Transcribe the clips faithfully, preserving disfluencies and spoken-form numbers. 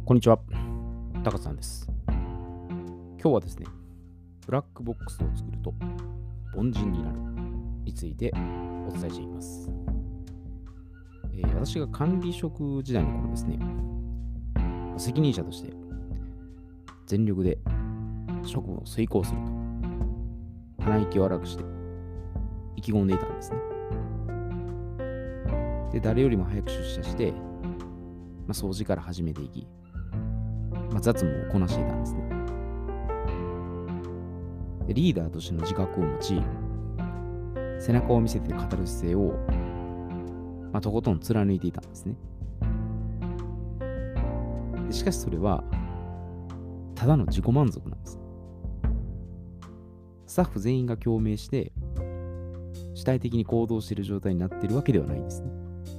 こんにちは、タカさんです。今日はですね、ブラックボックスを作ると凡人になるについてお伝えしていきます。えー私が管理職時代の頃ですね、責任者として全力で職務を遂行すると鼻息を荒くして意気込んでいたんですね。で、誰よりも早く出社して、まあ、掃除から始めていき、まあ、雑務をこなしていたんですね。でリーダーとしての自覚を持ち、背中を見せて語る姿勢を、まあ、とことん貫いていたんですね。でしかしそれは、ただの自己満足なんです。スタッフ全員が共鳴して、主体的に行動している状態になっているわけではないんですね。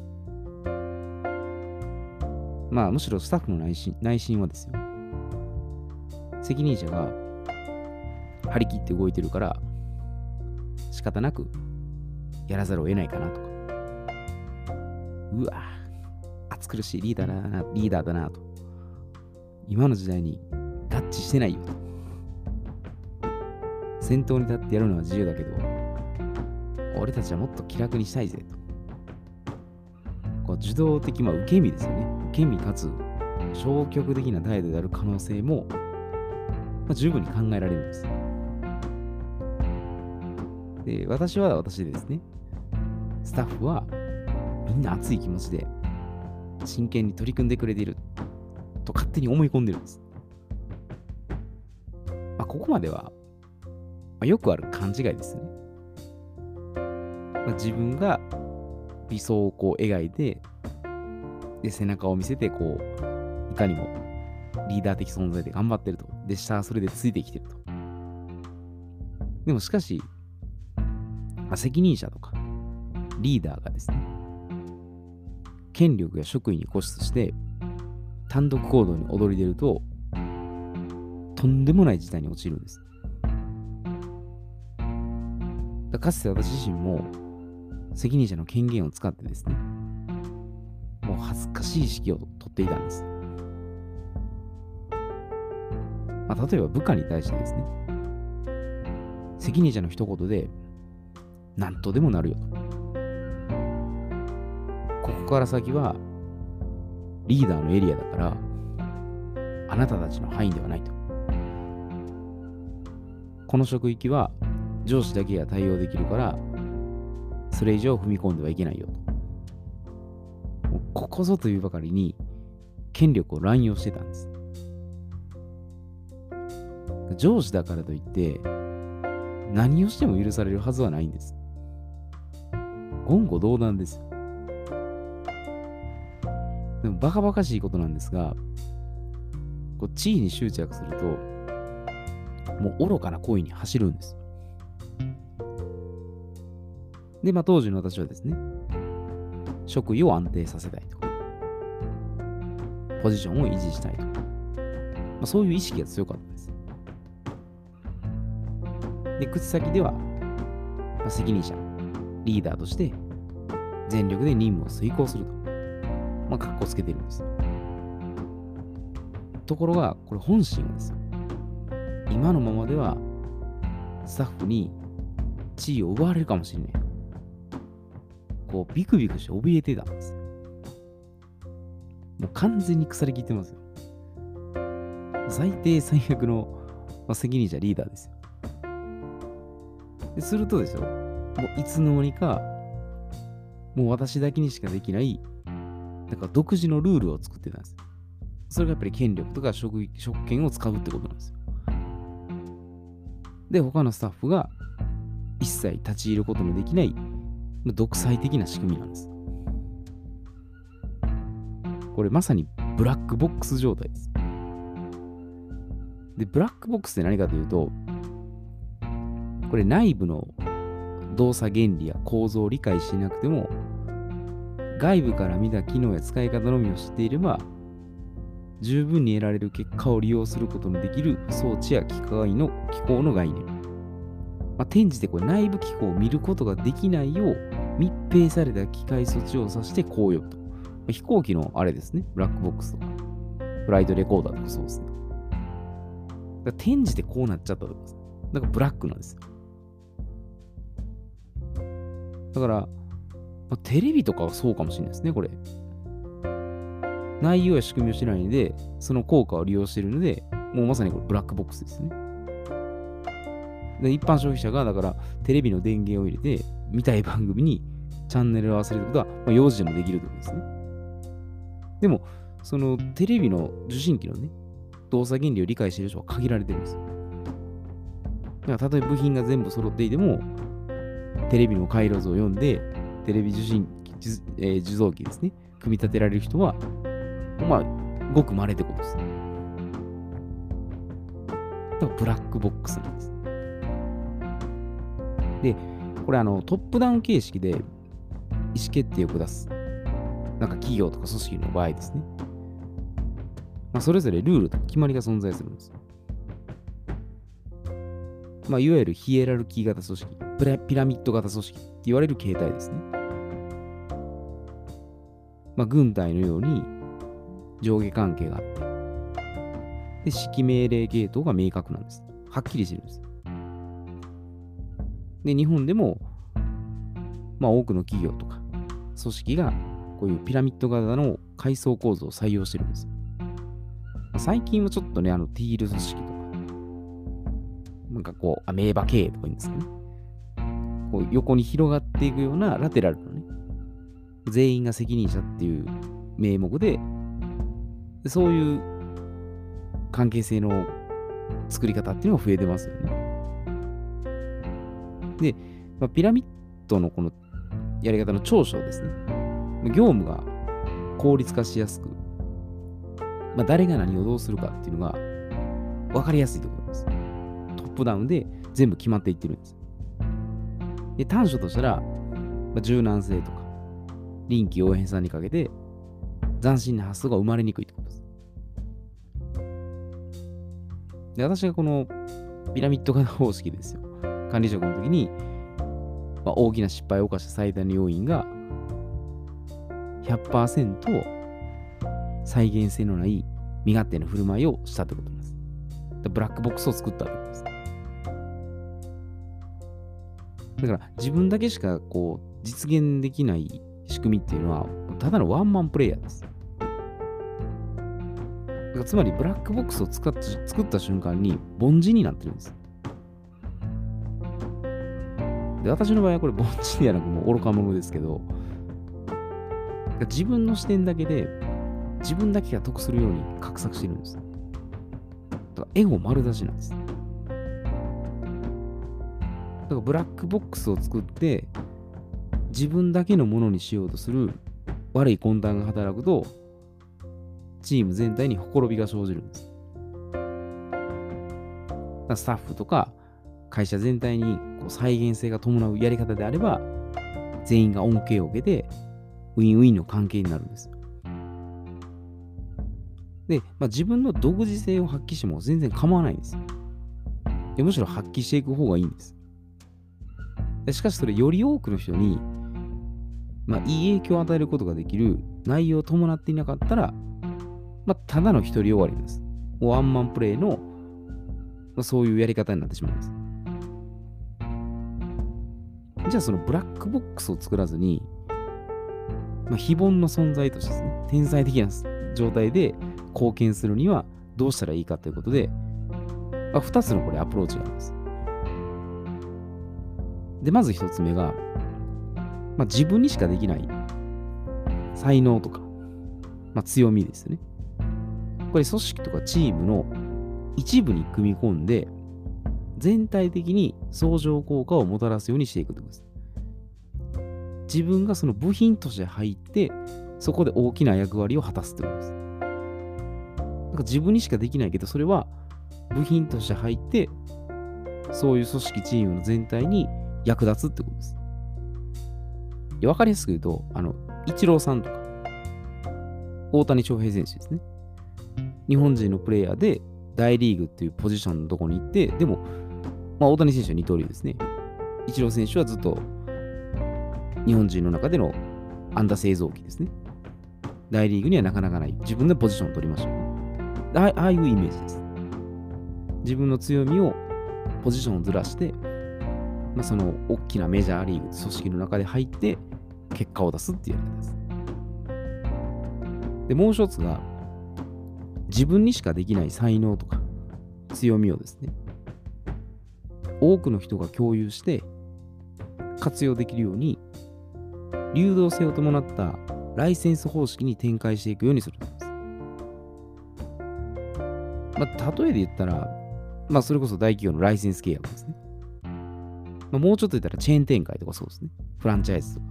まあ、むしろスタッフの内心、内心はですよ。責任者が張り切って動いてるから、仕方なくやらざるを得ないかなとか。うわぁ、暑苦しいリーダーだな、リーダーだなと。今の時代に合致してないよと。先頭に立ってやるのは自由だけど、俺たちはもっと気楽にしたいぜと。こう受動的、まあ、受け身ですよね。受け身かつ消極的な態度である可能性も、まあ、十分に考えられるんです。で、私は私でですね、スタッフはみんな熱い気持ちで真剣に取り組んでくれていると勝手に思い込んでるんです。まあ、ここまでは、まあ、よくある勘違いですね。まあ、自分が理想をこう描いて、で、背中を見せて、こう、いかにもリーダー的存在で頑張ってると。で、下はそれでついてきてると。でもしかし、まあ、責任者とかリーダーがですね、権力や職位に固執して、単独行動に躍り出ると、とんでもない事態に陥るんです。だかつて私自身も、責任者の権限を使ってですね、もう恥ずかしい意識を取っていたんです。まあ、例えば部下に対してですね、責任者の一言で、何とでもなるよと。ここから先は、リーダーのエリアだから、あなたたちの範囲ではないと。この職域は、上司だけが対応できるから、それ以上踏み込んではいけないよと。もうここぞというばかりに権力を乱用してたんです。上司だからといって何をしても許されるはずはないんです。言語道断ですよ。でもバカバカしいことなんですが、こう地位に執着するともう愚かな行為に走るんです。で、まあ、当時の私はですね、職位を安定させたいとか、ポジションを維持したいとか、まあ、そういう意識が強かったんです。で、口先では、まあ、責任者、リーダーとして全力で任務を遂行すると、まあ、格好つけてるんです。ところが、これ本心はですよ、今のままではスタッフに地位を奪われるかもしれない。こうビクビクして怯えてたんですよ。もう完全に腐りきってますよ。最低最悪の、まあ、責任者リーダーですよ。でするとですよ、もういつの間にか、もう私だけにしかできない、なんか独自のルールを作ってたんですよ。それがやっぱり権力とか職職権を使うってことなんですよ。で、他のスタッフが一切立ち入ることのできない独裁的な仕組みなんです。これまさにブラックボックス状態です。で、ブラックボックスって何かというと、これ内部の動作原理や構造を理解しなくても、外部から見た機能や使い方のみを知っていれば、十分に得られる結果を利用することのできる装置や機械の機構の概念。まあ、転じてこれ内部機構を見ることができないよう密閉された機械措置を指してこう呼ぶと。飛行機のあれですね、ブラックボックスとか。 フライトレコーダーとかそうですね。だから転じてこうなっちゃったとかです。だからブラックなんですよ。だから、まあ、テレビとかはそうかもしれないですね、これ。内容や仕組みを知らないので、その効果を利用しているので、もうまさにこれブラックボックスですね。で一般消費者が、だからテレビの電源を入れて、見たい番組にチャンネルを合わせるってことは、まあ、幼児でもできるってことですね。でも、そのテレビの受信機のね、動作原理を理解している人は限られてるんですよ。だからたとえ部品が全部揃っていても、テレビの回路図を読んで、テレビ受信機、受,、えー、受像機ですね、組み立てられる人は、まあ、ごく稀ってことです。だからブラックボックスなんです。で、これあの、トップダウン形式で意思決定を下す。なんか企業とか組織の場合ですね。まあ、それぞれルールと決まりが存在するんです。まあ、いわゆるヒエラルキー型組織、ピラピラミッド型組織って言われる形態ですね。まあ、軍隊のように上下関係があって、で、指揮命令系統が明確なんです。はっきりしてるんです。で、日本でも、まあ、多くの企業とか組織がこういうピラミッド型の階層構造を採用してるんですよ。最近はちょっとね、あの、ティール組織とか、なんかこう、アメーバ系とか言うんですかね。こう横に広がっていくようなラテラルのね、全員が責任者っていう名目で、そういう関係性の作り方っていうのが増えてますよね。で、まあ、ピラミッドのこのやり方の長所ですね。業務が効率化しやすく、まあ、誰が何をどうするかっていうのが分かりやすいところです。トップダウンで全部決まっていってるんです。で、短所としたら、まあ、柔軟性とか、臨機応変さにかけて、斬新な発想が生まれにくいってことです。で、私がこのピラミッド型方式ですよ。管理職の時に、まあ、大きな失敗を犯した最大の要因が、ひゃくパーセント 再現性のない身勝手な振る舞いをしたってことなんです。でブラックボックスを作ったってことです。だから自分だけしかこう実現できない仕組みっていうのは、ただのワンマンプレイヤーです。だからつまりブラックボックスを使っ作った瞬間に凡人になってるんです。で、私の場合はこれ凡人ではなくもう愚か者ですけど、自分の視点だけで自分だけが得するように画策してるんです。だからエゴ丸出しなんです。だからブラックボックスを作って自分だけのものにしようとする悪い魂胆が働くと、チーム全体にほころびが生じるんです。だからスタッフとか会社全体にこう再現性が伴うやり方であれば、全員が恩恵を受けてウィンウィンの関係になるんです。で、まあ、自分の独自性を発揮しても全然構わないんですよ。でむしろ発揮していく方がいいんです。でしかしそれより多くの人に、まあ、いい影響を与えることができる内容を伴っていなかったら、まあ、ただの一人終わりです。ワンマンプレイの、まあ、そういうやり方になってしまうんです。じゃあそのブラックボックスを作らずに、まあ、非凡の存在としてですね、天才的な状態で貢献するにはどうしたらいいかということで、まあ、ふたつのこれアプローチがあります。で、まずひとつめが、まあ、自分にしかできない才能とか、まあ、強みですね。これ組織とかチームの一部に組み込んで、全体的に相乗効果をもたらすようにしていくということです。自分がその部品として入って、そこで大きな役割を果たすということです。だから自分にしかできないけど、それは部品として入って、そういう組織チームの全体に役立つってことです。わかりやすく言うと、あの、イチローさんとか、大谷翔平選手ですね。日本人のプレイヤーで大リーグっていうポジションのところに行って、でも、まあ、大谷選手は二刀流ですね。イチロー選手はずっと日本人の中での安打製造機ですね。大リーグにはなかなかない。自分でポジションを取りましたよね。 あああいうイメージです。自分の強みをポジションをずらして、まあ、その大きなメジャーリーグ組織の中で入って結果を出すっていうやり方です。で、もう一つが自分にしかできない才能とか強みをですね、多くの人が共有して活用できるように流動性を伴ったライセンス方式に展開していくようにするんです。まあ、例えで言ったら、まあ、それこそ大企業のライセンス契約ですね。まあ、もうちょっと言ったらチェーン展開とかそうですね。フランチャイズとか。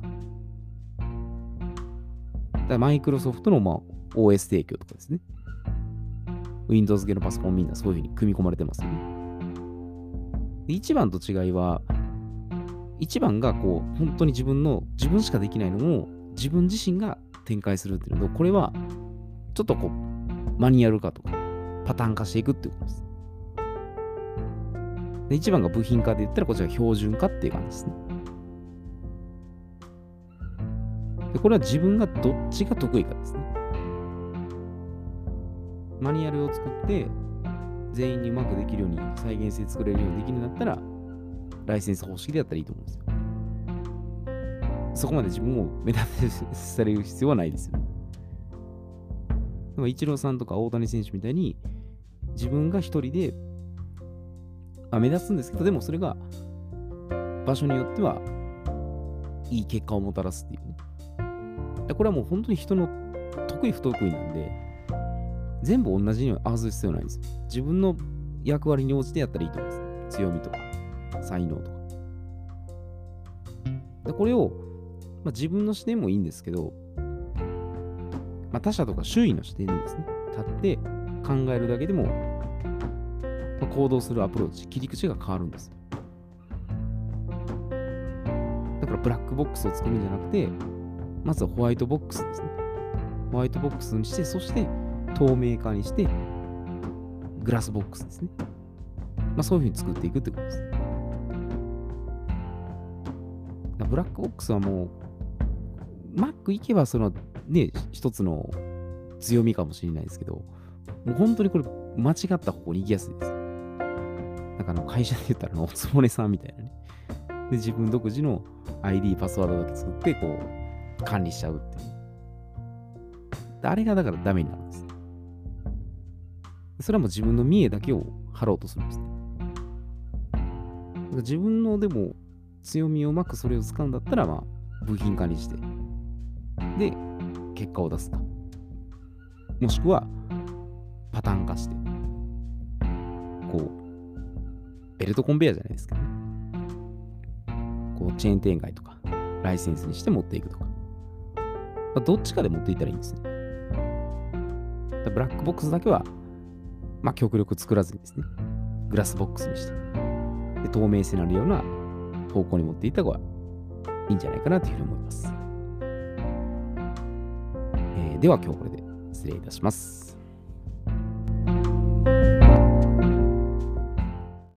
だからマイクロソフトのまあ オーエス 提供とかですね。Windows 系のパソコンみんなそういう風に組み込まれてますよね。で一番と違いは、一番がこう、本当に自分の、自分しかできないのを自分自身が展開するっていうのと、これはちょっとこう、マニュアル化とか、パターン化していくっていうことです。で一番が部品化で言ったら、こちら標準化っていう感じですね。でこれは自分がどっちが得意かですね。マニュアルを作って、全員にうまくできるように、再現性作れるようにできるんだったら、ライセンス方式でやったらいいと思うんですよ。そこまで自分を目立たされる必要はないですよね。でもイチローさんとか大谷選手みたいに、自分が一人で、あ、目立つんですけど、でもそれが場所によってはいい結果をもたらすっていうね。これはもう本当に人の得意不得意なんで、全部同じには合わせる必要ないんですよ。自分の役割に応じてやったらいいと思います。強みとか、才能とか。でこれを、まあ、自分の視点もいいんですけど、まあ、他者とか周囲の視点にですね、立って考えるだけでも、まあ、行動するアプローチ、切り口が変わるんです。だからブラックボックスを作るんじゃなくて、まずはホワイトボックスですね。ホワイトボックスにして、そして透明化にして、グラスボックスですね。まあ、そういうふうに作っていくってことです。ブラックボックスはもう、うまくいけばそのね、一つの強みかもしれないですけど、もう本当にこれ間違った方向に行きやすいです。なんかあの会社で言ったらおつぼねさんみたいなね。で、自分独自の アイディー、パスワードだけ作って、こう、管理しちゃうっていう。あれがだからダメになるんです。それはもう自分の見栄だけを張ろうとするんです。自分のでも強みをうまくそれを使うんだったら、まあ、部品化にして、で、結果を出すか。もしくは、パターン化して、こう、ベルトコンベヤーじゃないですかね。こう、チェーン展開とか、ライセンスにして持っていくとか。まあ、どっちかで持っていったらいいんですね。だブラックボックスだけは、まあ、極力作らずにですね、グラスボックスにして、で透明性のあるような方向に持っていった方がいいんじゃないかなというふうに思います。えー、では今日これで失礼いたします。